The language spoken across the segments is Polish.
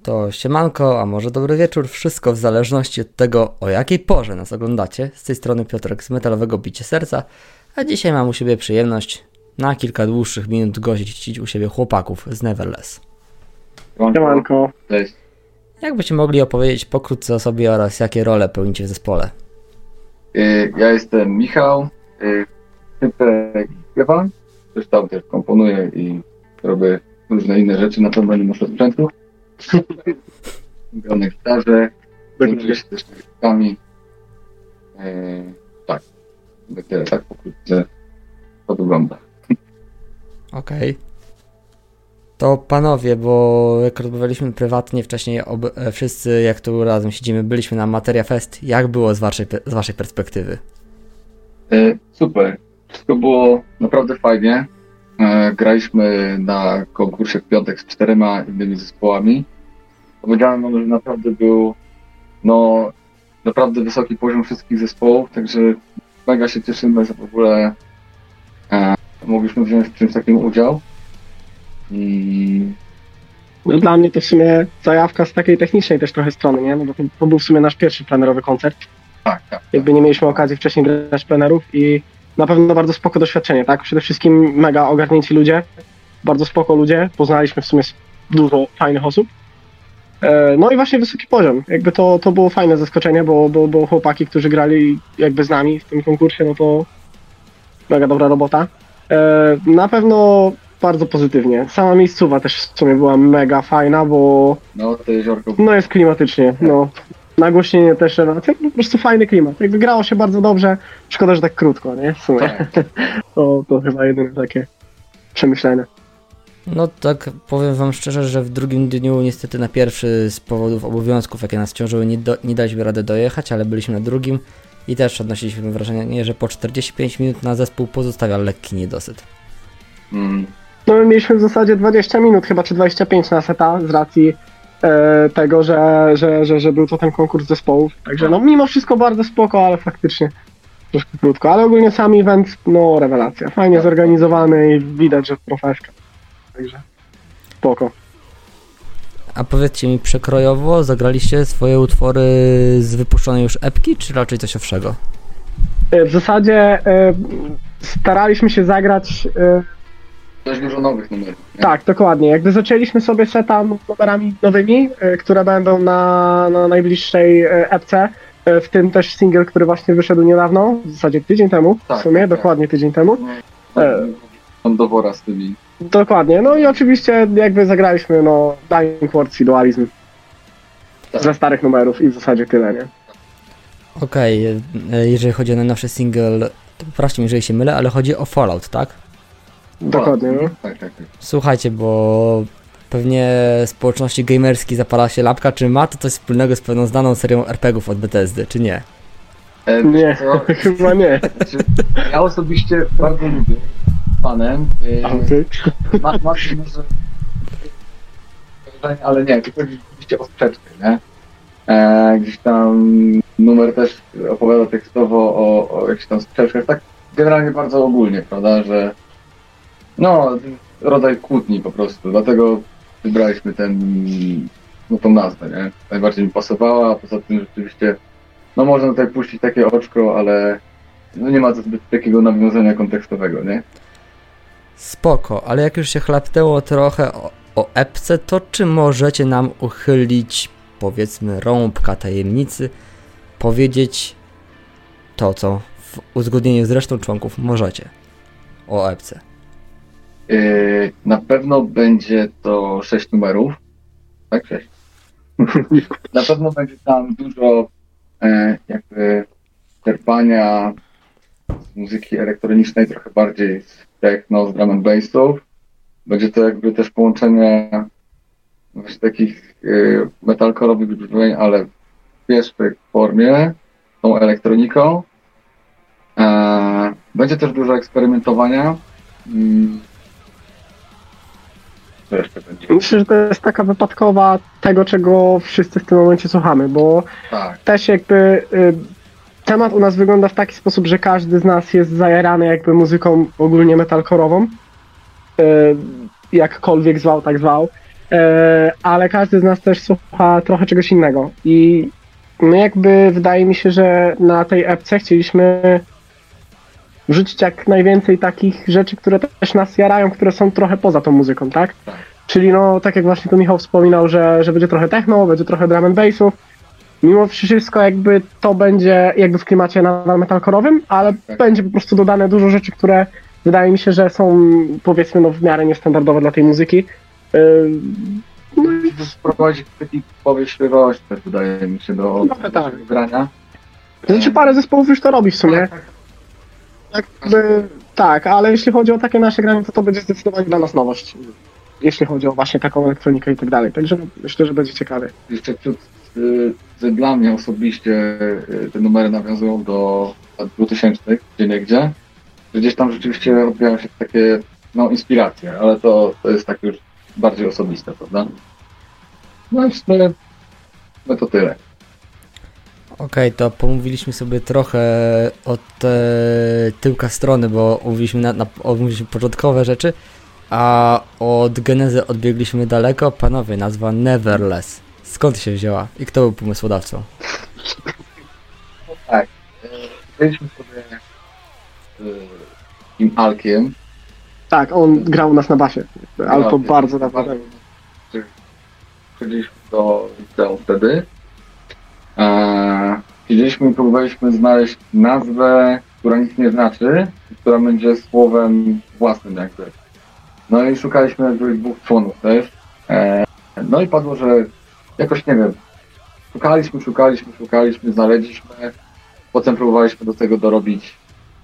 To siemanko, a może dobry wieczór, wszystko w zależności od tego, o jakiej porze nas oglądacie. Z tej strony Piotrek z Metalowego Bicie Serca, a dzisiaj mam u siebie przyjemność na kilka dłuższych minut gościć u siebie chłopaków z Neverless. Siemanko. Cześć. Jakbyście mogli opowiedzieć pokrótce o sobie oraz jakie role pełnicie w zespole? Ja jestem Michał, Typek śpiewam, coś tam też komponuję i robię różne inne rzeczy, na pewno nie muszę sprzętu. Grę na gitarze, zajmuję się też nagrywkami. Tak, tyle tak pokrótce to wygląda. Okej. To panowie, bo jak rozmawialiśmy prywatnie wcześniej, wszyscy jak tu razem siedzimy, byliśmy na Materia Fest. Jak było z waszej perspektywy? Super, wszystko było naprawdę fajnie. Graliśmy na konkursie w piątek z 4 innymi zespołami. Powiedziałem wam, że naprawdę był naprawdę wysoki poziom wszystkich zespołów, także mega się cieszymy, że w ogóle mogliśmy wziąć w czymś takim udział. No, dla mnie to w sumie zajawka z takiej technicznej też trochę strony, nie? No bo to był w sumie nasz pierwszy plenerowy koncert. Tak. Jakby nie mieliśmy okazji wcześniej grać plenerów i na pewno bardzo spoko doświadczenie, tak? Przede wszystkim mega ogarnięci ludzie, bardzo spoko ludzie, poznaliśmy w sumie dużo fajnych osób. No i właśnie wysoki poziom, jakby to było fajne zaskoczenie, bo chłopaki, którzy grali jakby z nami w tym konkursie, no to mega dobra robota. Na pewno bardzo pozytywnie. Sama miejscowa też w sumie była mega fajna, bo No, to jeziorko. no jest klimatycznie, no. Nagłośnienie też, po prostu fajny klimat. Jakby grało się bardzo dobrze, szkoda, że tak krótko, nie? W sumie. Tak. To chyba jedyne takie przemyślenie. No tak, powiem wam szczerze, że w drugim dniu niestety na pierwszy z powodów obowiązków, jakie nas ciążyły, nie daliśmy rady dojechać, ale byliśmy na drugim i też odnosiliśmy wrażenie, że po 45 minut na zespół pozostawia lekki niedosyt. No my mieliśmy w zasadzie 20 minut chyba, czy 25 na seta z racji tego, że był to ten konkurs zespołów. Także no mimo wszystko bardzo spoko, ale faktycznie troszkę krótko. Ale ogólnie sam event, no rewelacja. Fajnie zorganizowany i widać, że profeska. Także spoko. A powiedzcie mi, przekrojowo zagraliście swoje utwory z wypuszczonej już epki, czy raczej coś owszego? W zasadzie staraliśmy się zagrać... Dość dużo nowych numerów. Nie? Tak, dokładnie. Jakby zaczęliśmy sobie seta numerami nowymi, które będą na najbliższej epce, w tym też single, który właśnie wyszedł niedawno, w zasadzie tydzień temu, Tak, w sumie, tak. dokładnie tydzień temu. Mam do wora z tymi. Dokładnie, no i oczywiście jakby zagraliśmy Dying Words i Dualizm Tak. ze starych numerów i w zasadzie tyle, nie? Okej, jeżeli chodzi o najnowszy single, to poprawcie mi, jeżeli się mylę, ale chodzi o Fallout, tak? Dokładnie, no. Tak. Słuchajcie, bo pewnie społeczności gamerskiej zapala się lampka, czy ma to coś wspólnego z pewną znaną serią RPGów od Bethesdy, czy nie? Nie, Co? chyba nie. Ja osobiście bardzo lubię fanem. Ma może ale nie, to chodzi oczywiście o sprzeczkę, nie? Gdzieś tam numer też opowiada tekstowo o jakichś tam sprzeczkach, tak generalnie bardzo ogólnie, prawda, że rodzaj kłótni po prostu, dlatego wybraliśmy tą nazwę, nie? Najbardziej mi pasowała, a poza tym rzeczywiście, można tutaj puścić takie oczko, ale nie ma zbyt takiego nawiązania kontekstowego, nie? Spoko, ale jak już się chlapnęło trochę o epce, to czy możecie nam uchylić, powiedzmy, rąbka tajemnicy, powiedzieć to, co w uzgodnieniu z resztą członków możecie o epce? Na pewno będzie to 6 numerów, tak? 6. Na pewno będzie tam dużo jakby czerpania z muzyki elektronicznej, trochę bardziej z techno, z drum and bassów. Będzie to jakby też połączenie właśnie takich metalkorowych brzmień, ale w pierwszej formie, z tą elektroniką. Będzie też dużo eksperymentowania. Co jeszcze będzie? Myślę, że to jest taka wypadkowa tego, czego wszyscy w tym momencie słuchamy, bo Tak. też jakby temat u nas wygląda w taki sposób, że każdy z nas jest zajarany jakby muzyką ogólnie metalkorową, jakkolwiek zwał, tak zwał. ale każdy z nas też słucha trochę czegoś innego i no jakby wydaje mi się, że na tej epce chcieliśmy wrzucić jak najwięcej takich rzeczy, które też nas jarają, które są trochę poza tą muzyką, tak? Czyli no, tak jak właśnie tu Michał wspominał, że będzie trochę techno, będzie trochę drum and bassów. Mimo wszystko jakby to będzie jakby w klimacie nadal metalcore'owym, ale będzie po prostu dodane dużo rzeczy, które wydaje mi się, że są powiedzmy no w miarę niestandardowe dla tej muzyki. No i to sprowadzi taki powieść też wydaje mi się do grania. Znaczy parę zespołów już to robi w sumie. Jakby, tak, ale jeśli chodzi o takie nasze granie, to będzie zdecydowanie dla nas nowość. Jeśli chodzi o właśnie taką elektronikę i tak dalej. Także no, myślę, że będzie ciekawie. Jeszcze dla mnie osobiście te numery nawiązują do lat 2000, gdzie gdzieś tam rzeczywiście odbijają się takie no, inspiracje, ale to jest tak już bardziej osobiste, prawda? No i w sumie no to tyle. Okej, to pomówiliśmy sobie trochę od tyłka strony, bo omówiliśmy początkowe rzeczy, a od genezy odbiegliśmy daleko. Panowie, nazwa Neverless. Skąd się wzięła i kto był pomysłodawcą? Tak, byliśmy sobie z tym Alkiem. Tak, on grał u nas na basie, ale to bardzo dawno temu. Chodziliśmy do liceum wtedy. Siedzieliśmy i próbowaliśmy znaleźć nazwę, która nic nie znaczy, która będzie słowem własnym jakby. No i szukaliśmy jakby dwóch członów też. No i padło, że jakoś nie wiem, szukaliśmy, znaleźliśmy, potem próbowaliśmy do tego dorobić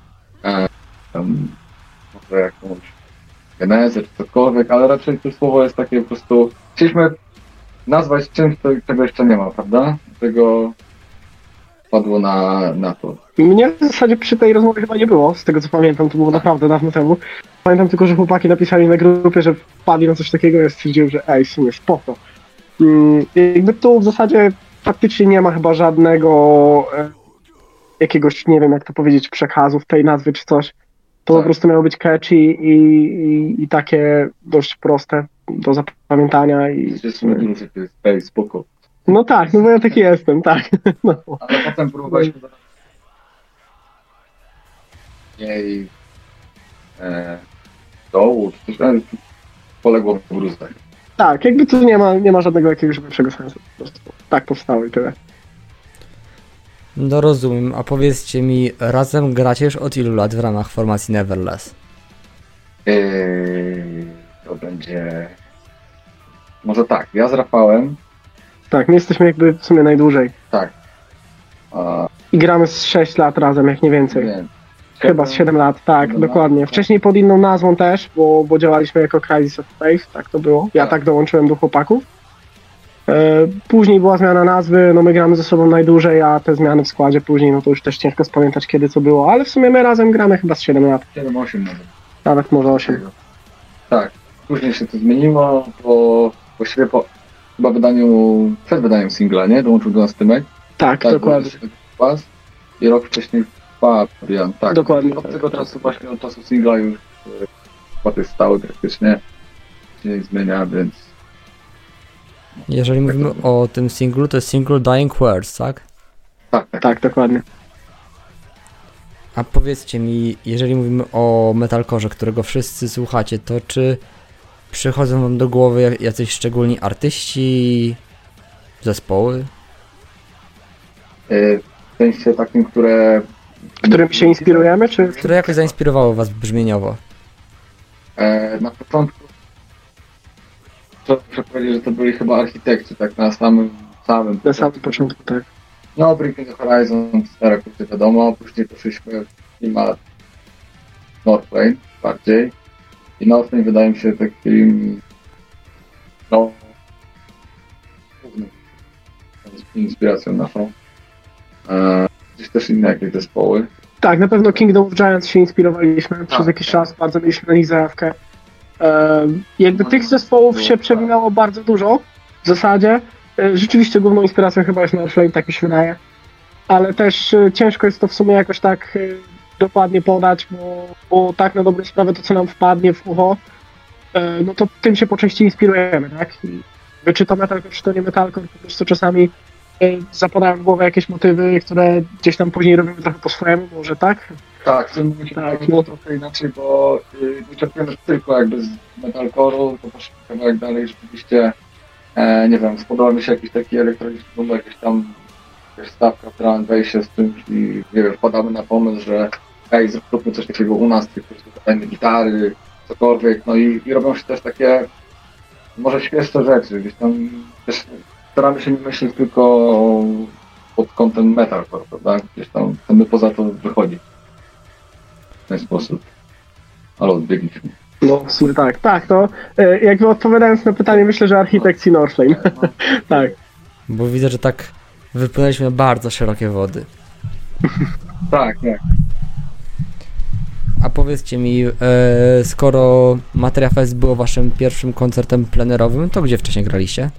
może jakąś genezę czy cokolwiek, ale raczej to słowo jest takie po prostu, chcieliśmy nazwać czymś, czego jeszcze nie ma, prawda? Dlatego padło na to. Mnie w zasadzie przy tej rozmowie chyba nie było, z tego co pamiętam, to było naprawdę dawno temu. Pamiętam tylko, że chłopaki napisali na grupie, że wpadli na coś takiego, ja stwierdziłem, że w sumie spoko. Jakby tu w zasadzie faktycznie nie ma chyba żadnego jakiegoś, nie wiem jak to powiedzieć, przekazu w tej nazwie czy coś. To po prostu miało być catchy i takie dość proste do zapamiętania. Spoko. No tak, no bo ja taki jestem, tak. No. Ale potem próbowaliśmy jej dołu, czy coś, ale poległo w gruzach. Tak, jakby tu nie ma żadnego jakiegoś większego sensu. Po prostu tak powstało i tyle. No rozumiem, a powiedzcie mi, razem gracie już od ilu lat w ramach formacji Neverless? To będzie... Może tak, ja z Rafałem. Tak, my jesteśmy jakby w sumie najdłużej. Tak. I gramy z 6 lat razem, jak nie więcej. Nie. Chyba z 7 lat, tak, dokładnie. Wcześniej pod inną nazwą też, bo działaliśmy jako Crisis of Faith, tak to było. Ja tak dołączyłem do chłopaków. Później była zmiana nazwy, no my gramy ze sobą najdłużej, a te zmiany w składzie później, no to już też ciężko spamiętać kiedy co było, ale w sumie my razem gramy chyba z 7 lat. 7-8 nawet. Nawet może 8. Tak, później się to zmieniło, bo właściwie chyba przed wydaniem singla, nie? Dołączył do nas Tymek. Tak, dokładnie. I rok wcześniej Fabian, tak. Dokładnie. Od tego czasu, właśnie od czasu singla już chyba to jest stały praktycznie, się nie zmienia, więc... Jeżeli mówimy o tym singlu, to jest single Dying Words, tak? Tak, dokładnie. A powiedzcie mi, jeżeli mówimy o metalkorze, którego wszyscy słuchacie, to czy przychodzą wam do głowy jacyś szczególni artyści, zespoły? W sensie takim, którym się inspirujemy, czy... Które jakoś zainspirowały was brzmieniowo? Na początku muszę powiedzieć, że to byli chyba architekci, tak na samym początku, tak. No, Bring Me The Horizon, stare płyty wiadomo, później poszliśmy w klimat Northlane bardziej. I Northlane wydaje mi się takim, no, głównym inspiracją naszą. Gdzieś też inne jakieś zespoły. Tak, na pewno Kingdom of Giants się inspirowaliśmy przez jakiś czas, bardzo mieliśmy na nich zajawkę. Jakby tych zespołów się przewinęło bardzo dużo w zasadzie. Rzeczywiście główną inspiracją chyba jest Northlane, tak mi się wydaje. Ale też ciężko jest to w sumie jakoś tak dokładnie podać, bo tak na dobrą sprawę to co nam wpadnie w ucho, no to tym się po części inspirujemy, tak? Czy to metalcore, czy to nie metalcore, po prostu czasami zapadają w głowę jakieś motywy, które gdzieś tam później robimy trochę po swojemu, może tak? Tak, w tym momencie Tak, no trochę inaczej, bo nie czerpiemy tylko jakby z metalcore'u, to poszliśmy kawałek dalej, rzeczywiście, nie wiem, spodobał mi się jakiś taki elektroniczny numer, jakieś tam jakaś stawka w drum and bassie z czymś i nie wiem, wpadamy na pomysł, że hej, zróbmy coś takiego u nas, po prostu dajmy gitary, cokolwiek, no i robią się też takie może świeższe rzeczy, gdzieś tam też staramy się nie myśleć tylko pod kątem metalcore, prawda? Gdzieś tam chcemy poza to wychodzić w ten sposób. Ale odbiegliśmy. No w sumie tak, to jakby odpowiadając na pytanie, myślę, że Architects i Northlane. Tak. Bo widzę, że tak wypłynęliśmy na bardzo szerokie wody. Tak. A powiedzcie mi, skoro Materia Fest było waszym pierwszym koncertem plenerowym, to gdzie wcześniej graliście?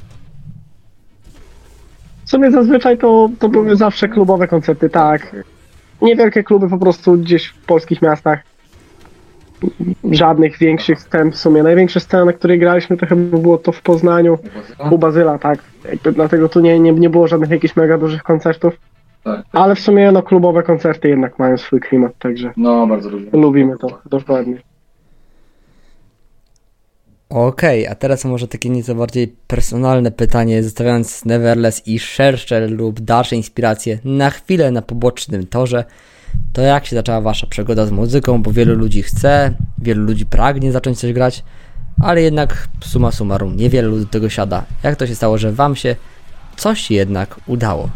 W sumie zazwyczaj to były zawsze klubowe koncerty, tak. Niewielkie kluby po prostu gdzieś w polskich miastach. Żadnych większych scen w sumie. Największa scena, na której graliśmy, to chyba było to w Poznaniu, u Bazyla, tak. Jakby dlatego tu nie było żadnych jakichś mega dużych koncertów. Tak. Ale w sumie no klubowe koncerty jednak mają swój klimat, także No, bardzo lubimy to, dokładnie. Okej, a teraz może takie nieco bardziej personalne pytanie, zostawiając Neverless i szersze lub dalsze inspiracje na chwilę na pobocznym torze, to jak się zaczęła wasza przygoda z muzyką, bo wielu ludzi chce, wielu ludzi pragnie zacząć coś grać, ale jednak summa summarum niewiele ludzi do tego siada. Jak to się stało, że wam się coś jednak udało?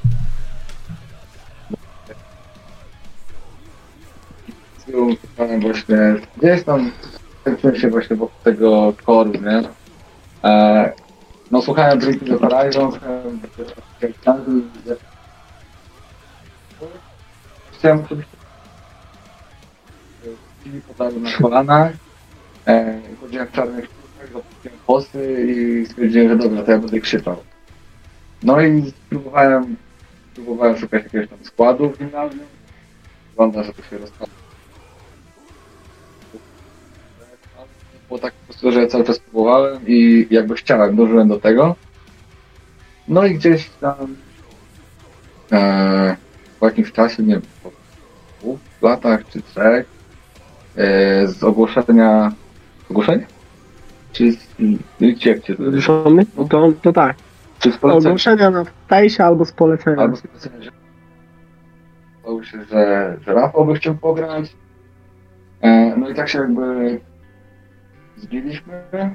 Właśnie, gdzieś tam kręciłem się właśnie wokół tego koru, nie? No słuchałem Bring Me The Horizon, słuchałem chciałem oczywiście podały na kolanach, chodziłem w czarnych sztuczkach, zapuściłem posy i stwierdziłem, że dobra, to ja będę krzyczał. No i próbowałem szukać jakiegoś tam składu w gimnazjum. Wygląda, że to się rozpadło. Było tak po prostu, że ja cały czas próbowałem i jakby chciałem, dążyłem do tego. No i gdzieś tam po jakimś czasie, nie wiem, po 2 latach czy 3, z ogłoszenia... Ogłoszenie? Czy jak cię To tak. Czy z polecenia? Ogłoszenia na fejsie albo z polecenia. Albo z polecenia, że okazało się, że Rafał by chciał pograć. No i tak się jakby zbiliśmy.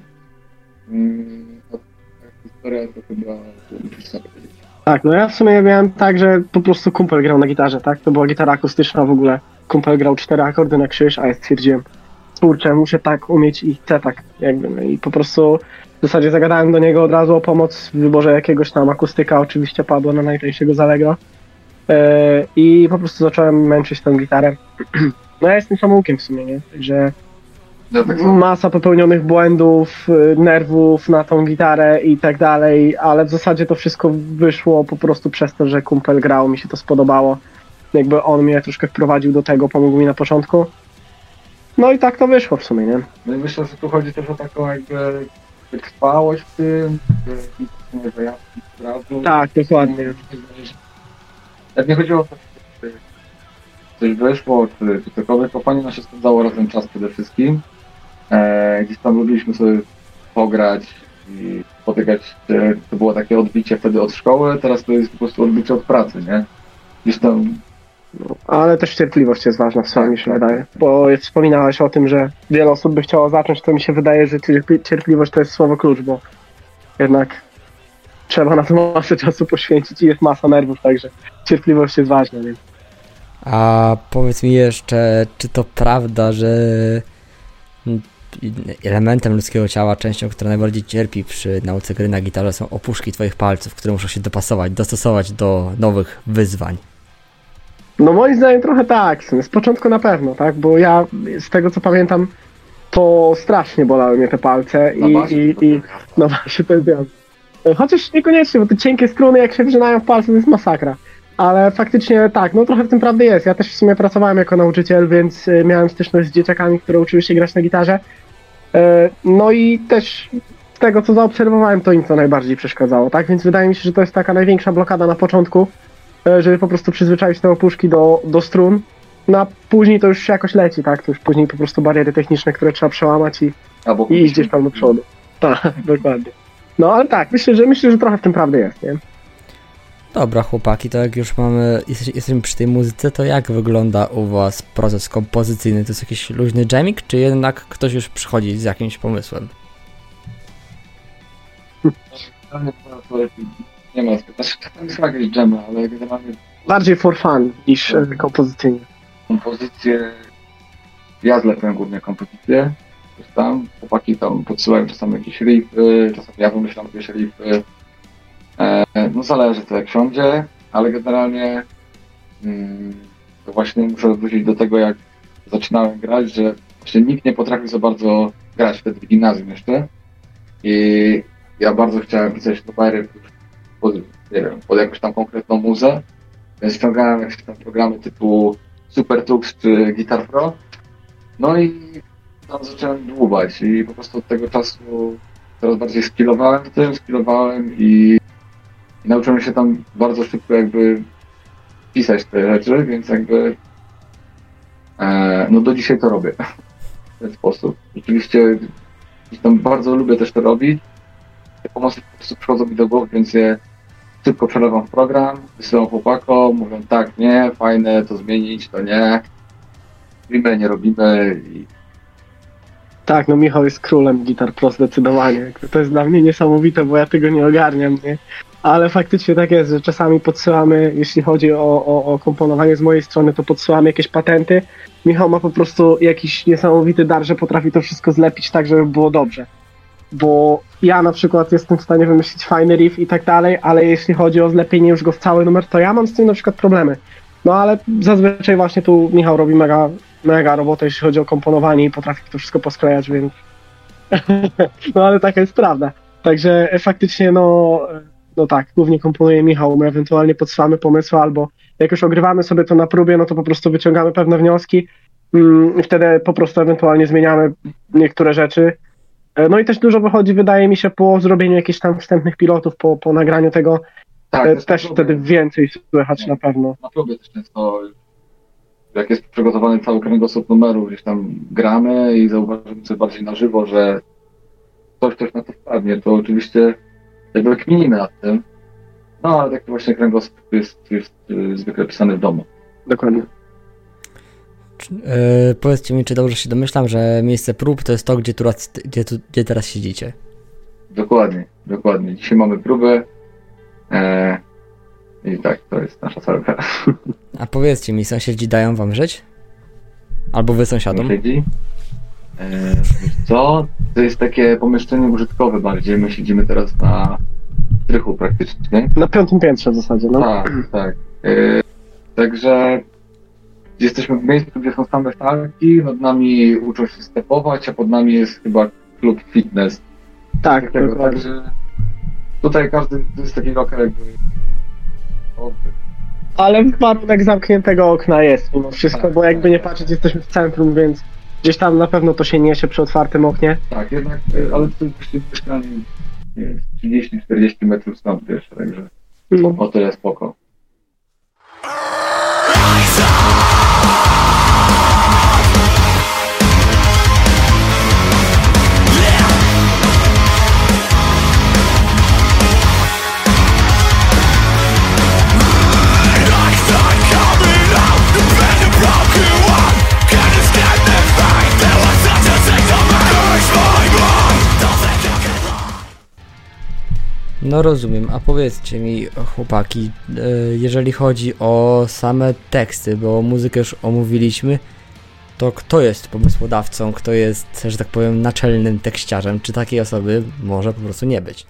A historia to chyba... Tak, no ja w sumie miałem tak, że po prostu kumpel grał na gitarze, tak? To była gitara akustyczna w ogóle. Kumpel grał 4 akordy na krzyż, a ja stwierdziłem, kurczę, muszę tak umieć i chcę tak jakby. No i po prostu w zasadzie zagadałem do niego od razu o pomoc w wyborze jakiegoś tam akustyka, oczywiście padło na najtańszego z Allegro. I po prostu zacząłem męczyć tą gitarę. No ja jestem samoukiem w sumie, nie? Także masa popełnionych błędów, nerwów na tą gitarę i tak dalej, ale w zasadzie to wszystko wyszło po prostu przez to, że kumpel grał, mi się to spodobało. Jakby on mnie troszkę wprowadził do tego, pomógł mi na początku. No i tak to wyszło w sumie, nie? No i myślę, że tu chodzi też o taką jakby wytrwałość w tym, nie zajawki od razu. Tak, dokładnie. Jak nie chodziło o to, czy coś wyszło, czy cokolwiek, to fajnie nam się spędzało razem czas przede wszystkim. Gdzieś tam lubiliśmy sobie pograć i spotykać się. To było takie odbicie wtedy od szkoły, teraz to jest po prostu odbicie od pracy, nie? Gdzieś tam... Ale też cierpliwość jest ważna w sumie, mi się wydaje. Bo wspominałeś o tym, że wiele osób by chciało zacząć, to mi się wydaje, że cierpliwość to jest słowo klucz, bo jednak trzeba na to masę czasu poświęcić i jest masa nerwów, także cierpliwość jest ważna, nie? A powiedz mi jeszcze, czy to prawda, że elementem ludzkiego ciała, częścią, która najbardziej cierpi przy nauce gry na gitarze, są opuszki twoich palców, które muszą się dopasować, dostosować do nowych wyzwań? No moim zdaniem trochę tak, z początku na pewno, tak, bo ja z tego co pamiętam, to strasznie bolały mnie te palce i no właśnie to jest wiem. Chociaż niekoniecznie, bo te cienkie struny jak się wrzynają w palce to jest masakra. Ale faktycznie tak, no trochę w tym prawdy jest. Ja też w sumie pracowałem jako nauczyciel, więc miałem styczność z dzieciakami, które uczyły się grać na gitarze. No i też z tego, co zaobserwowałem, to im to najbardziej przeszkadzało, tak? Więc wydaje mi się, że to jest taka największa blokada na początku, żeby po prostu przyzwyczaić te opuszki do strun, no a później to już się jakoś leci, tak? To już później po prostu bariery techniczne, które trzeba przełamać i iść gdzieś tam do przodu. Tak, dokładnie. No ale tak, myślę, że trochę w tym prawdy jest, nie? Dobra chłopaki, to jak już jesteśmy przy tej muzyce, to jak wygląda u was proces kompozycyjny? To jest jakiś luźny jamik, czy jednak ktoś już przychodzi z jakimś pomysłem? Nie ma, czasami są jakieś dżemy, ale generalnie Bardziej for fun niż kompozycyjnie. kompozycje, ja zlepiam głównie kompozycje, coś tam, chłopaki tam podsyłają czasami jakieś riffy, czasami ja wymyślam jakieś riffy, no zależy to jak siądzie, ale generalnie to właśnie muszę wrócić do tego, jak zaczynałem grać, że właśnie nikt nie potrafił za bardzo grać wtedy w gimnazjum jeszcze i ja bardzo chciałem pisać numery pod jakąś tam konkretną muzę, więc ściągałem jakieś tam programy typu SuperTux czy Guitar Pro, no i tam zacząłem dłubać i po prostu od tego czasu coraz bardziej skillowałem i nauczyłem się tam bardzo szybko jakby pisać te rzeczy, więc jakby no do dzisiaj to robię w ten sposób. Rzeczywiście tam bardzo lubię też to robić. Te pomysły po prostu przychodzą mi do głowy, więc je szybko przelewam w program, wysyłam chłopakom, mówią tak, nie, fajne, to zmienić, to nie. Robimy, nie robimy i Tak, no Michał jest królem Guitar Pro zdecydowanie. To jest dla mnie niesamowite, bo ja tego nie ogarniam, nie? Ale faktycznie tak jest, że czasami podsyłamy, jeśli chodzi o komponowanie z mojej strony, to podsyłamy jakieś patenty. Michał ma po prostu jakiś niesamowity dar, że potrafi to wszystko zlepić tak, żeby było dobrze. Bo ja na przykład jestem w stanie wymyślić fajny riff i tak dalej, ale jeśli chodzi o zlepienie już go w cały numer, to ja mam z tym na przykład problemy. No ale zazwyczaj właśnie tu Michał robi mega robotę, jeśli chodzi o komponowanie i potrafi to wszystko posklejać, więc no ale taka jest prawda. Także faktycznie no tak, głównie komponuje Michał, my ewentualnie podsyłamy pomysły albo jak już ogrywamy sobie to na próbie, no to po prostu wyciągamy pewne wnioski i wtedy po prostu ewentualnie zmieniamy niektóre rzeczy. No i też dużo wychodzi, wydaje mi się, po zrobieniu jakichś tam wstępnych pilotów, po nagraniu tego, tak, też wtedy więcej słychać na pewno. Na próbie też często, jak jest przygotowany cały kręgosłup numerów, gdzieś tam gramy i zauważymy sobie bardziej na żywo, że ktoś na to wpadnie, to oczywiście jakby kminimy nad tym, no ale taki właśnie kręgosłup jest zwykle pisany w domu. Dokładnie. Powiedzcie mi, czy dobrze się domyślam, że miejsce prób to jest to, gdzie teraz siedzicie? Dokładnie. Dzisiaj mamy próbę i tak, to jest nasza salka. A powiedzcie mi, sąsiedzi dają wam żyć? Albo wy sąsiadom? Sąsiedzi? Wiesz co? To jest takie pomieszczenie użytkowe bardziej. My siedzimy teraz na strychu praktycznie. Na 5. piętrze w zasadzie, no. Tak. Także jesteśmy w miejscu, gdzie są same salki, nad nami uczą się stepować, a pod nami jest chyba klub fitness. Tak, dokładnie. Także tutaj każdy, to jest taki lokal jakby... Ale warunek zamkniętego okna jest mimo wszystko, bo jakby nie patrzeć, jesteśmy w centrum, więc gdzieś tam na pewno to się niesie przy otwartym oknie. Tak, jednak, ale to jest mieszkanie 30-40 metrów stąd, wiesz, także o tyle spoko. No rozumiem, a powiedzcie mi chłopaki, jeżeli chodzi o same teksty, bo muzykę już omówiliśmy, to kto jest pomysłodawcą, kto jest, że tak powiem, naczelnym tekściarzem? Czy takiej osoby może po prostu nie być?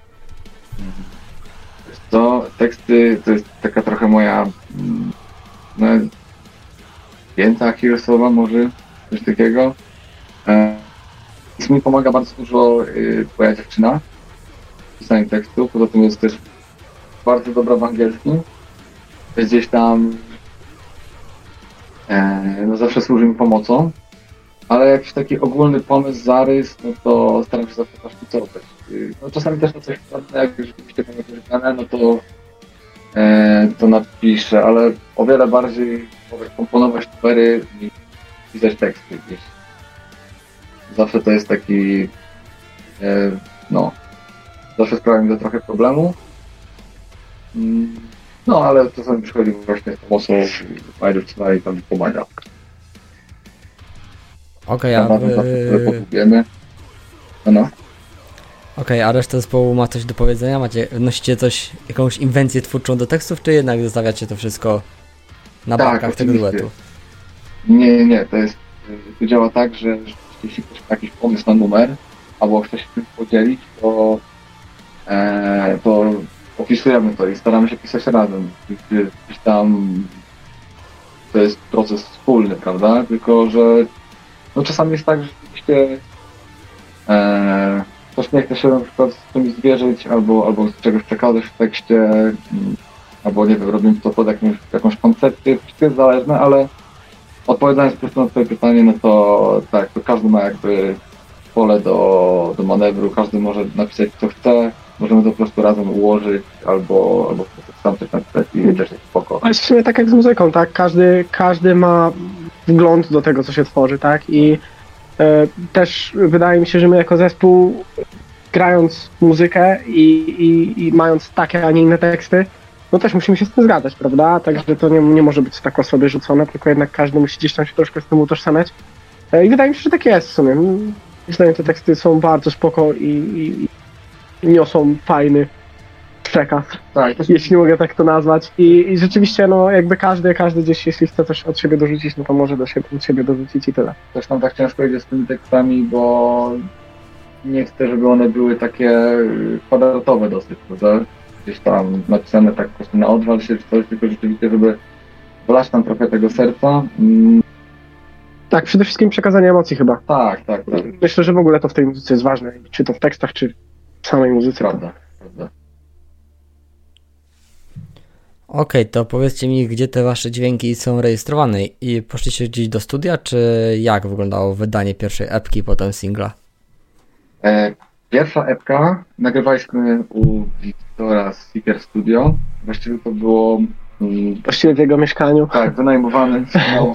To teksty to jest taka trochę moja pięta achillesowa może, coś takiego. Mi pomaga bardzo dużo twoja dziewczyna w pisaniu tekstu, poza tym jest też bardzo dobra w angielskim. Gdzieś tam no zawsze służy mi pomocą. ale jakiś taki ogólny pomysł, zarys, no to staram się zawsze zaszkicować. No czasami też na coś wpadnę, jak rzeczywiście mam jakieś dane, no to napiszę, ale o wiele bardziej mogę komponować numery niż pisać teksty gdzieś. Zawsze to jest taki, no, zawsze sprawia mi to trochę problemu. No, ale czasami przychodzi właśnie z pomocą Majdów i tam pomaga. Okej, a Okej, a reszta zespołu ma coś do powiedzenia? Wnosicie jakąś inwencję twórczą do tekstów, czy jednak zostawiacie to wszystko na barkach tego duetu? Nie, to działa tak, że jeśli ktoś ma jakiś pomysł na numer, albo chce się tym podzielić, to opisujemy to i staramy się pisać razem. Gdzieś tam to jest proces wspólny, prawda? Tylko, że no czasami jest tak, że rzeczywiście ktoś nie chce się na przykład z czymś zwierzyć, albo z czegoś przekazać w tekście, albo nie wiem, robimy to pod jakąś koncepcję, wszystko jest zależne, ale odpowiadając po prostu na twoje pytanie, no to tak, to każdy ma jakby pole do manewru, każdy może napisać co chce, możemy to po prostu razem ułożyć, albo po prostu sam coś napisać i też jest spoko. Ale w sumie tak jak z muzyką, tak? Każdy ma wgląd do tego, co się tworzy, tak? I też wydaje mi się, że my jako zespół, grając muzykę i mając takie, a nie inne teksty, no też musimy się z tym zgadzać, prawda? Także to nie może być tak o sobie rzucone, tylko jednak każdy musi gdzieś tam się troszkę z tym utożsamiać. I wydaje mi się, że tak jest w sumie. Zdaniem te teksty są bardzo spoko i niosą fajny przekaz, tak, jeśli mogę tak to nazwać. I rzeczywiście, no jakby każdy gdzieś, jeśli chce coś od siebie dorzucić, no to może od siebie dorzucić i tyle. Też tam tak ciężko idzie z tymi tekstami, bo nie chcę, żeby one były takie kwadratowe dosyć, prawda? Gdzieś tam napisane tak po prostu na odwal się czy coś, tylko rzeczywiście, żeby wlać tam trochę tego serca. Tak, przede wszystkim przekazanie emocji chyba. Tak. Myślę, że w ogóle to w tej muzyce jest ważne, czy to w tekstach, czy w samej muzyce. Prawda. Okej, to powiedzcie mi, gdzie te wasze dźwięki są rejestrowane i poszliście gdzieś do studia, czy jak wyglądało wydanie pierwszej epki, potem singla? Pierwsza epka nagrywaliśmy u Wiktora z Seeker Studio. Właściwie to było... Właściwie w jego mieszkaniu. Tak, wynajmowane.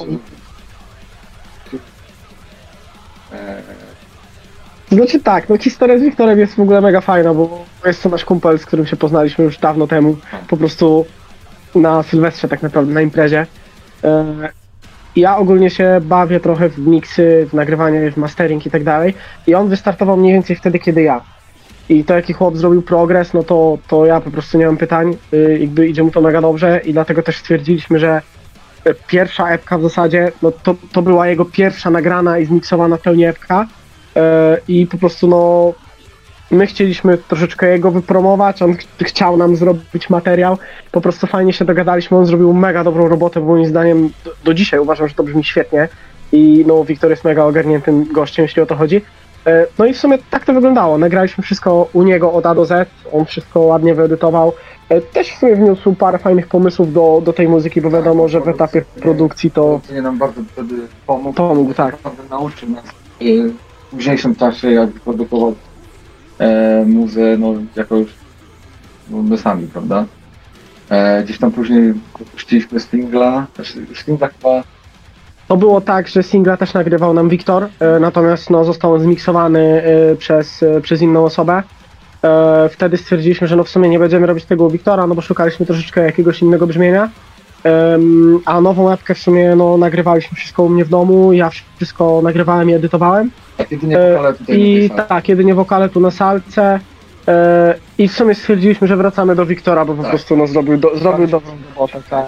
Znaczy tak, no historia z Wiktorem jest w ogóle mega fajna, bo jest to nasz kumpel, z którym się poznaliśmy już dawno temu, po prostu na Sylwestrze tak naprawdę, na imprezie. Ja ogólnie się bawię trochę w miksy, w nagrywanie, w mastering i tak dalej i on wystartował mniej więcej wtedy, kiedy ja. I to jaki chłop zrobił progres, no to ja po prostu nie mam pytań, jakby idzie mu to mega dobrze i dlatego też stwierdziliśmy, że pierwsza epka w zasadzie, no to była jego pierwsza nagrana i zmiksowana w pełni epka i po prostu no my chcieliśmy troszeczkę jego wypromować, on chciał nam zrobić materiał, po prostu fajnie się dogadaliśmy, on zrobił mega dobrą robotę, bo moim zdaniem do dzisiaj uważam, że to brzmi świetnie i no Wiktor jest mega ogarniętym gościem, jeśli o to chodzi. No i w sumie tak to wyglądało, nagraliśmy wszystko u niego od A do Z, on wszystko ładnie wyedytował, też w sumie wniósł parę fajnych pomysłów do tej muzyki, bo wiadomo, że w etapie produkcji to... nam bardzo wtedy pomógł. Tak. Nauczył nas w późniejszym czasie, jak produkował muzę, no jako już my sami, prawda? Gdzieś tam później puściliśmy singla, singla chyba... To było tak, że singla też nagrywał nam Wiktor, natomiast no, został on zmiksowany przez inną osobę. Wtedy stwierdziliśmy, że no w sumie nie będziemy robić tego u Wiktora, no bo szukaliśmy troszeczkę jakiegoś innego brzmienia. A nową epkę w sumie no, nagrywaliśmy wszystko u mnie w domu, ja wszystko nagrywałem i edytowałem. Tak, jedynie wokale tutaj tak, jedynie wokale tu na salce. I w sumie stwierdziliśmy, że wracamy do Wiktora, bo po prostu no, zrobił dobrą robotę. Tak.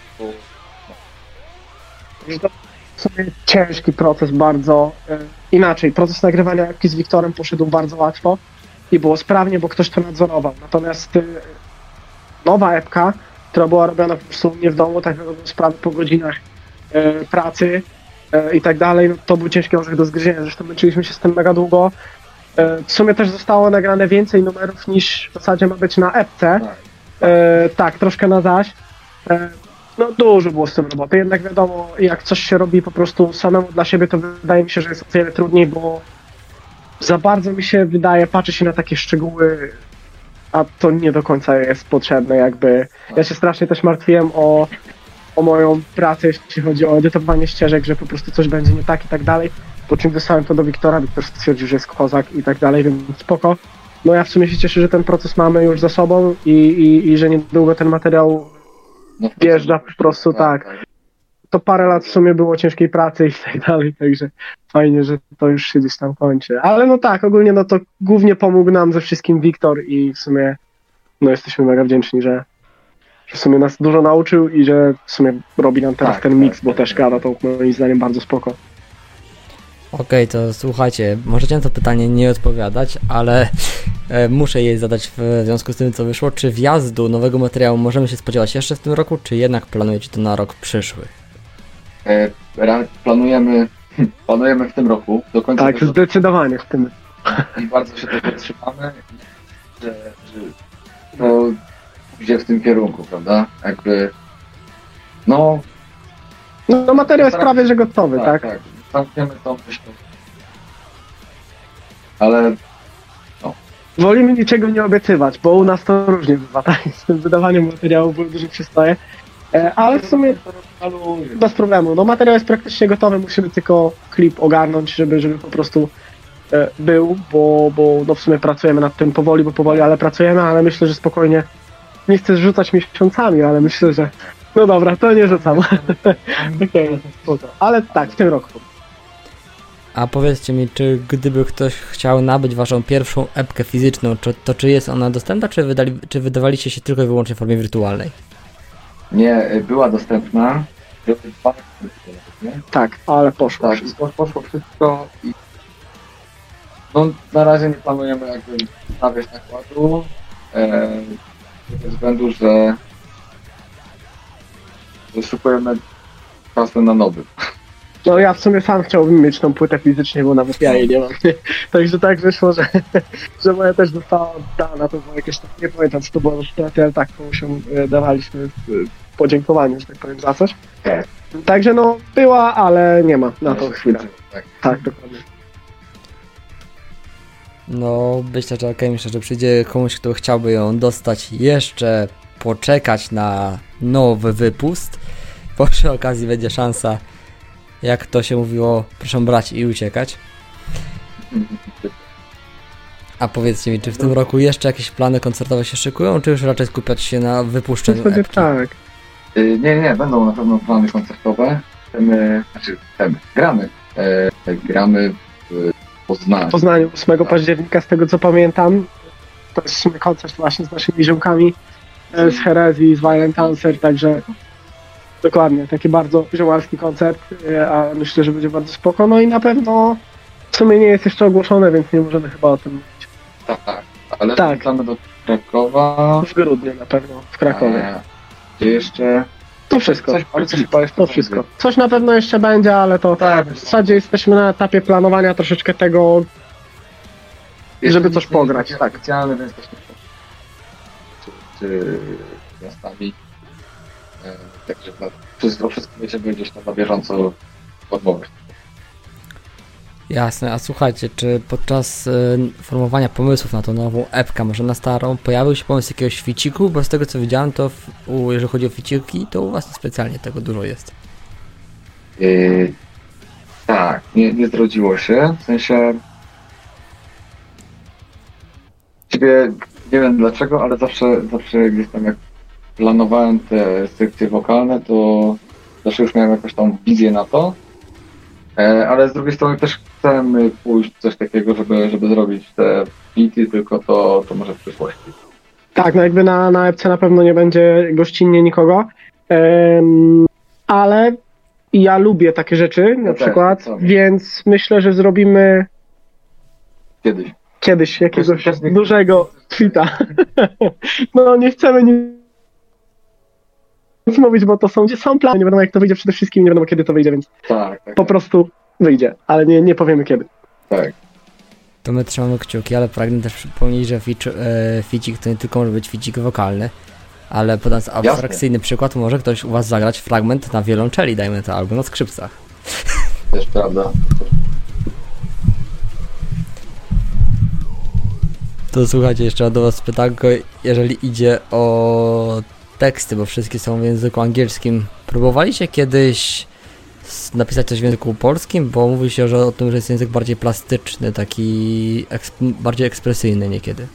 W sumie ciężki proces bardzo. Inaczej, proces nagrywania epki z Wiktorem poszedł bardzo łatwo i było sprawnie, bo ktoś to nadzorował. Natomiast nowa epka, która była robiona po prostu u mnie w domu, tak naprawdę sprawy po godzinach pracy i tak dalej, no to był ciężki orzech do zgryzienia, zresztą męczyliśmy się z tym mega długo. W sumie też zostało nagrane więcej numerów niż w zasadzie ma być na epce. Tak, troszkę na zaś. No dużo było z tym roboty, jednak wiadomo, jak coś się robi po prostu samemu dla siebie, to wydaje mi się, że jest o wiele trudniej, bo za bardzo mi się wydaje, patrzy się na takie szczegóły, a to nie do końca jest potrzebne jakby. Ja się strasznie też martwiłem o moją pracę, jeśli chodzi o edytowanie ścieżek, że po prostu coś będzie nie tak i tak dalej, po czym wysłałem to do Wiktora, Wiktor stwierdził, że jest kozak i tak dalej, więc spoko. No ja w sumie się cieszę, że ten proces mamy już za sobą i że niedługo ten materiał wjeżdża po prostu tak. To parę lat w sumie było ciężkiej pracy i tak dalej, także fajnie, że to już się gdzieś tam kończy. Ale no tak, ogólnie no to głównie pomógł nam ze wszystkim Wiktor i w sumie no jesteśmy mega wdzięczni, że w sumie nas dużo nauczył i że w sumie robi nam teraz ten mix, bo też gada to moim zdaniem bardzo spoko. Okej, to słuchajcie, możecie na to pytanie nie odpowiadać, ale muszę je zadać w związku z tym, co wyszło. Czy wjazdu nowego materiału możemy się spodziewać jeszcze w tym roku, czy jednak planujecie to na rok przyszły? Planujemy w tym roku. Do końca tak, tego... zdecydowanie w tym. I bardzo się tego trzymamy, że to idzie w tym kierunku, prawda? Jakby, no materiał jest prawie, że gotowy, tak? Tak, zamkniemy tą myślą. Ale wolimy niczego nie obiecywać, bo u nas to różnie bywa, tak? Z tym wydawaniem materiału dużo przystaje. Ale w sumie bez problemu. No materiał jest praktycznie gotowy, musimy tylko klip ogarnąć, żeby po prostu był, bo no w sumie pracujemy nad tym powoli, ale pracujemy, ale myślę, że spokojnie. Nie chcę rzucać miesiącami, ale myślę, że no dobra, to nie rzucam. Okej, spoko. Ale tak, w tym roku. A powiedzcie mi, czy gdyby ktoś chciał nabyć waszą pierwszą epkę fizyczną, czy jest ona dostępna, czy wydawaliście się tylko i wyłącznie w formie wirtualnej? Nie, była dostępna. Nie? Tak, ale poszło. Tak, poszło wszystko i no na razie nie planujemy jakby stawiać nakładu ze względu, że szukujemy kasy na nowy. No ja w sumie sam chciałbym mieć tą płytę fizycznie, bo nawet ja jej nie mam. Także tak wyszło, że moja też została oddana, to było jakieś, nie pamiętam co to było sytuacja, ale tak, komuś ją dawaliśmy w podziękowaniu, że tak powiem, za coś. Także no była, ale nie ma na tą chwilę. Tak, dokładnie. No myślę, że przyjdzie komuś, kto chciałby ją dostać, jeszcze poczekać na nowy wypust, bo przy okazji będzie szansa, jak to się mówiło, proszę brać i uciekać. A powiedzcie mi, czy w tym roku jeszcze jakieś plany koncertowe się szykują, czy już raczej skupiać się na wypuszczeniu epki? Tak. Nie, będą na pewno plany koncertowe. Gramy w Poznaniu. W Poznaniu 8 października, z tego co pamiętam. To jest w sumie koncert właśnie z naszymi ziomkami z Herezji, z Violent Answer, także dokładnie, taki bardzo ziomalski koncert, a myślę, że będzie bardzo spoko. No i na pewno w sumie nie jest jeszcze ogłoszone, więc nie możemy chyba o tym mówić. Tak, ale tak. wracamy do Krakowa. W grudniu na pewno, w Krakowie. Gdzie jeszcze? To wszystko. To wszystko. Coś na pewno jeszcze będzie, ale to tak, w zasadzie jesteśmy na etapie planowania troszeczkę tego, żeby coś pograć. Tak. Specjalny, więc też czy miastami. Także wszystko będziemy gdzieś tam na bieżąco odmowy. Jasne, a słuchajcie, czy podczas formowania pomysłów na tą nową epkę, może na starą, pojawił się pomysł jakiegoś ficiku? Bo z tego co widziałem, to jeżeli chodzi o ficiki, to u was specjalnie tego dużo jest. Tak, nie zrodziło się, w sensie ciebie nie wiem dlaczego, ale zawsze gdzieś tam jak planowałem te sekcje wokalne, to zawsze już miałem jakąś tam wizję na to, ale z drugiej strony też chcemy pójść w coś takiego, żeby zrobić te bity, tylko to może w przyszłości. Tak, no jakby na epce na pewno nie będzie gościnnie nikogo, ale ja lubię takie rzeczy na przykład, więc myślę, że zrobimy kiedyś jakiegoś dużego tweeta. No nie chcemy nic mówić, bo to są plany, nie wiadomo jak to wyjdzie przede wszystkim, nie wiadomo kiedy to wyjdzie, więc po prostu wyjdzie, ale nie powiemy kiedy. Tak. To my trzymamy kciuki, ale pragnę też przypomnieć, że ficik to nie tylko może być ficik wokalny. Ale podając abstrakcyjny przykład, może ktoś u was zagrać fragment na wiolonczeli, dajmy to, albo na skrzypcach. Też prawda. To słuchajcie, jeszcze do was pytanko, jeżeli idzie o teksty, bo wszystkie są w języku angielskim. Próbowaliście kiedyś napisać coś w języku polskim? Bo mówi się że o tym, że jest język bardziej plastyczny, taki bardziej ekspresyjny niekiedy.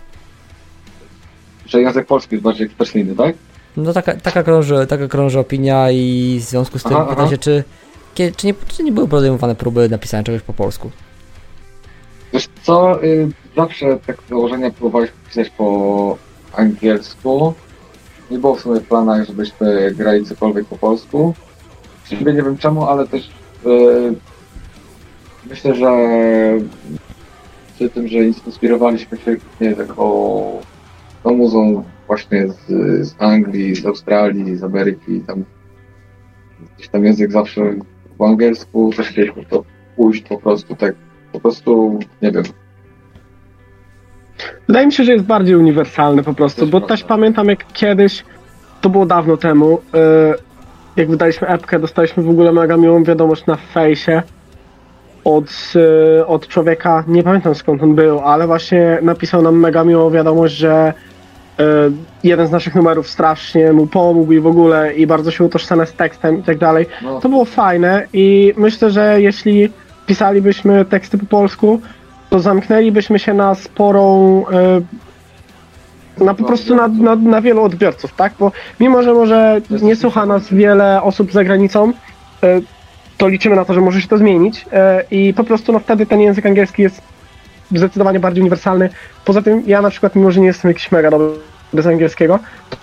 Że język polski jest bardziej ekspresyjny, tak? No taka krąży opinia i w związku z tym pytam się, czy nie były podejmowane próby napisania czegoś po polsku? Wiesz co, zawsze tak założenia próbowaliśmy pisać po angielsku. Nie było w sumie w planach, żebyśmy grali cokolwiek po polsku. Nie wiem czemu, ale też myślę, że przy tym, że inspirowaliśmy się muzą właśnie z Anglii, z Australii, z Ameryki, tam gdzieś tam język zawsze po angielsku, też chcieliśmy to pójść po prostu, nie wiem. Wydaje mi się, że jest bardziej uniwersalny po prostu, bo też pamiętam jak kiedyś, to było dawno temu, jak wydaliśmy epkę, dostaliśmy w ogóle mega miłą wiadomość na fejsie od człowieka, nie pamiętam skąd on był, ale właśnie napisał nam mega miłą wiadomość, że jeden z naszych numerów strasznie mu pomógł i w ogóle i bardzo się utożsamia z tekstem i tak dalej. No. To było fajne i myślę, że jeśli pisalibyśmy teksty po polsku, to zamknęlibyśmy się na sporą, po prostu na wielu odbiorców, tak? Bo mimo, że może nie słucha nas wiele osób za granicą, to liczymy na to, że może się to zmienić i po prostu wtedy ten język angielski jest zdecydowanie bardziej uniwersalny. Poza tym ja na przykład, mimo że nie jestem jakiś mega dobry z angielskiego,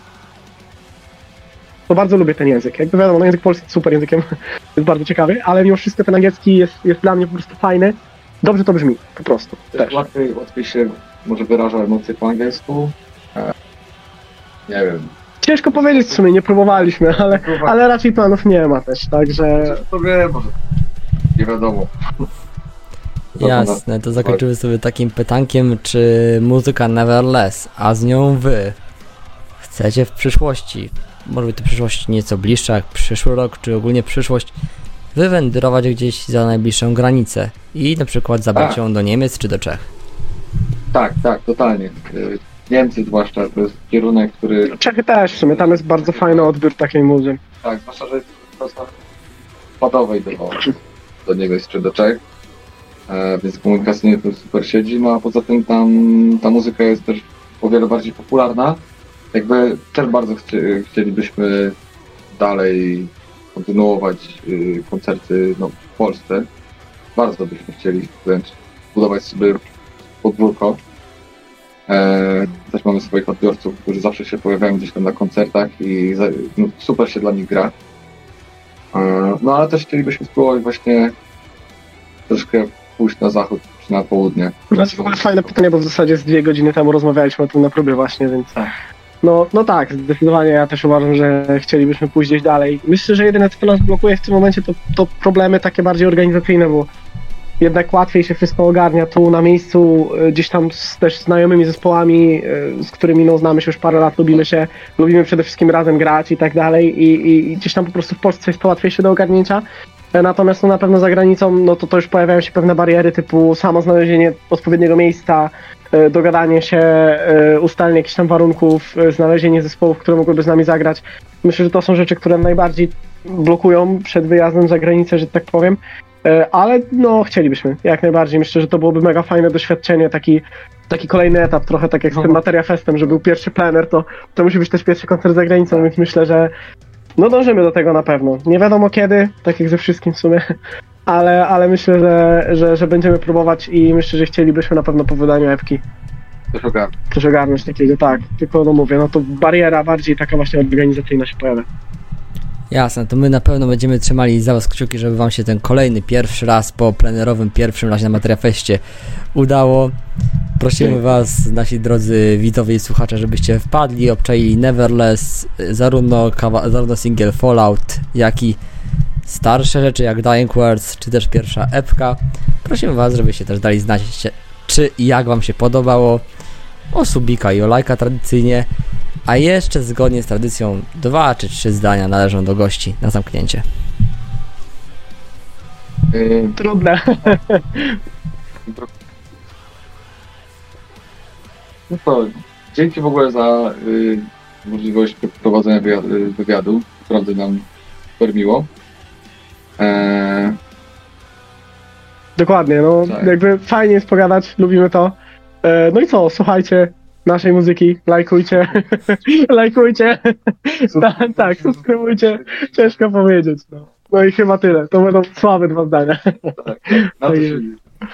to bardzo lubię ten język. Jakby wiadomo, język polski jest super językiem, jest bardzo ciekawy, ale mimo wszystko ten angielski jest dla mnie po prostu fajny. Dobrze to brzmi, po prostu. Też. Łatwiej się może wyraża emocje po angielsku. Nie wiem. Ciężko powiedzieć w sumie, nie próbowaliśmy, ale raczej planów nie ma też, także... To wiem, może nie wiadomo. Jasne, to zakończymy sobie takim pytankiem, czy muzyka Neverless, a z nią wy, chcecie w przyszłości, może być to przyszłość nieco bliższa, jak przyszły rok, czy ogólnie przyszłość, wywędrować gdzieś za najbliższą granicę i na przykład zabrać ją do Niemiec czy do Czech? Tak, totalnie. Niemcy zwłaszcza, to jest kierunek, który... Czechy też w sumie, tam jest bardzo fajny odbiór takiej muzy. Tak, zwłaszcza, że jest prosto padowej do niego jest czy do Czech, więc komunikacyjnie to super siedzi, no a poza tym tam ta muzyka jest też o wiele bardziej popularna. Jakby też bardzo chcielibyśmy dalej kontynuować koncerty w Polsce. Bardzo byśmy chcieli wręcz budować sobie podwórko. Też mamy swoich odbiorców, którzy zawsze się pojawiają gdzieś tam na koncertach i super się dla nich gra. No ale też chcielibyśmy spróbować właśnie troszkę pójść na zachód czy na południe. To jest w ogóle fajne pytanie, bo w zasadzie z 2 godziny temu rozmawialiśmy o tym na próbie właśnie, więc... Tak. No tak, zdecydowanie ja też uważam, że chcielibyśmy pójść gdzieś dalej. Myślę, że jedyne co nas blokuje w tym momencie to problemy takie bardziej organizacyjne, bo jednak łatwiej się wszystko ogarnia tu na miejscu, gdzieś tam też z znajomymi zespołami, z którymi znamy się już parę lat, lubimy przede wszystkim razem grać i tak dalej i gdzieś tam po prostu w Polsce jest to łatwiejsze do ogarnięcia. Natomiast na pewno za granicą, to już pojawiają się pewne bariery typu samo znalezienie odpowiedniego miejsca, dogadanie się, ustalenie jakichś tam warunków, znalezienie zespołów, które mogłyby z nami zagrać. Myślę, że to są rzeczy, które najbardziej blokują przed wyjazdem za granicę, że tak powiem. Ale chcielibyśmy, jak najbardziej. Myślę, że to byłoby mega fajne doświadczenie, taki kolejny etap, trochę tak jak z tym Materia Festem, że był pierwszy plener, to musi być też pierwszy koncert za granicą, więc myślę, że dążymy do tego na pewno. Nie wiadomo kiedy, tak jak ze wszystkim w sumie, ale myślę, że będziemy próbować i myślę, że chcielibyśmy na pewno po wydaniu epki coś ogarnąć takiego, tak. Tylko mówię, to bariera bardziej taka właśnie organizacyjna się pojawia. Jasne, to my na pewno będziemy trzymali za was kciuki, żeby wam się ten kolejny pierwszy raz po plenerowym pierwszym razie na Materia Feście udało. Prosimy was, nasi drodzy widzowie i słuchacze, żebyście wpadli, obczaili Neverless, zarówno single Fallout, jak i starsze rzeczy jak Dying Words, czy też pierwsza epka. Prosimy was, żebyście też dali znać, czy i jak wam się podobało, o subika i o lajka tradycyjnie. A jeszcze zgodnie z tradycją 2 czy 3 zdania należą do gości na zamknięcie. Trudne. No to dzięki w ogóle za możliwość prowadzenia wywiadu. Naprawdę nam super miło. Dokładnie, no Tak. jakby fajnie jest pogadać, lubimy to. No i co, słuchajcie naszej muzyki, lajkujcie, lajkujcie, tak, subskrybujcie, ciężko powiedzieć. No i chyba tyle, to będą słabe 2 zdania. Na to się...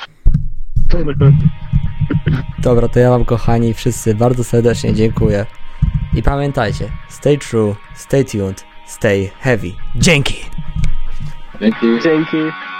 Dobra, to ja wam kochani wszyscy bardzo serdecznie dziękuję. I pamiętajcie, stay true, stay tuned, stay heavy. Dzięki! Dzięki. Dzięki.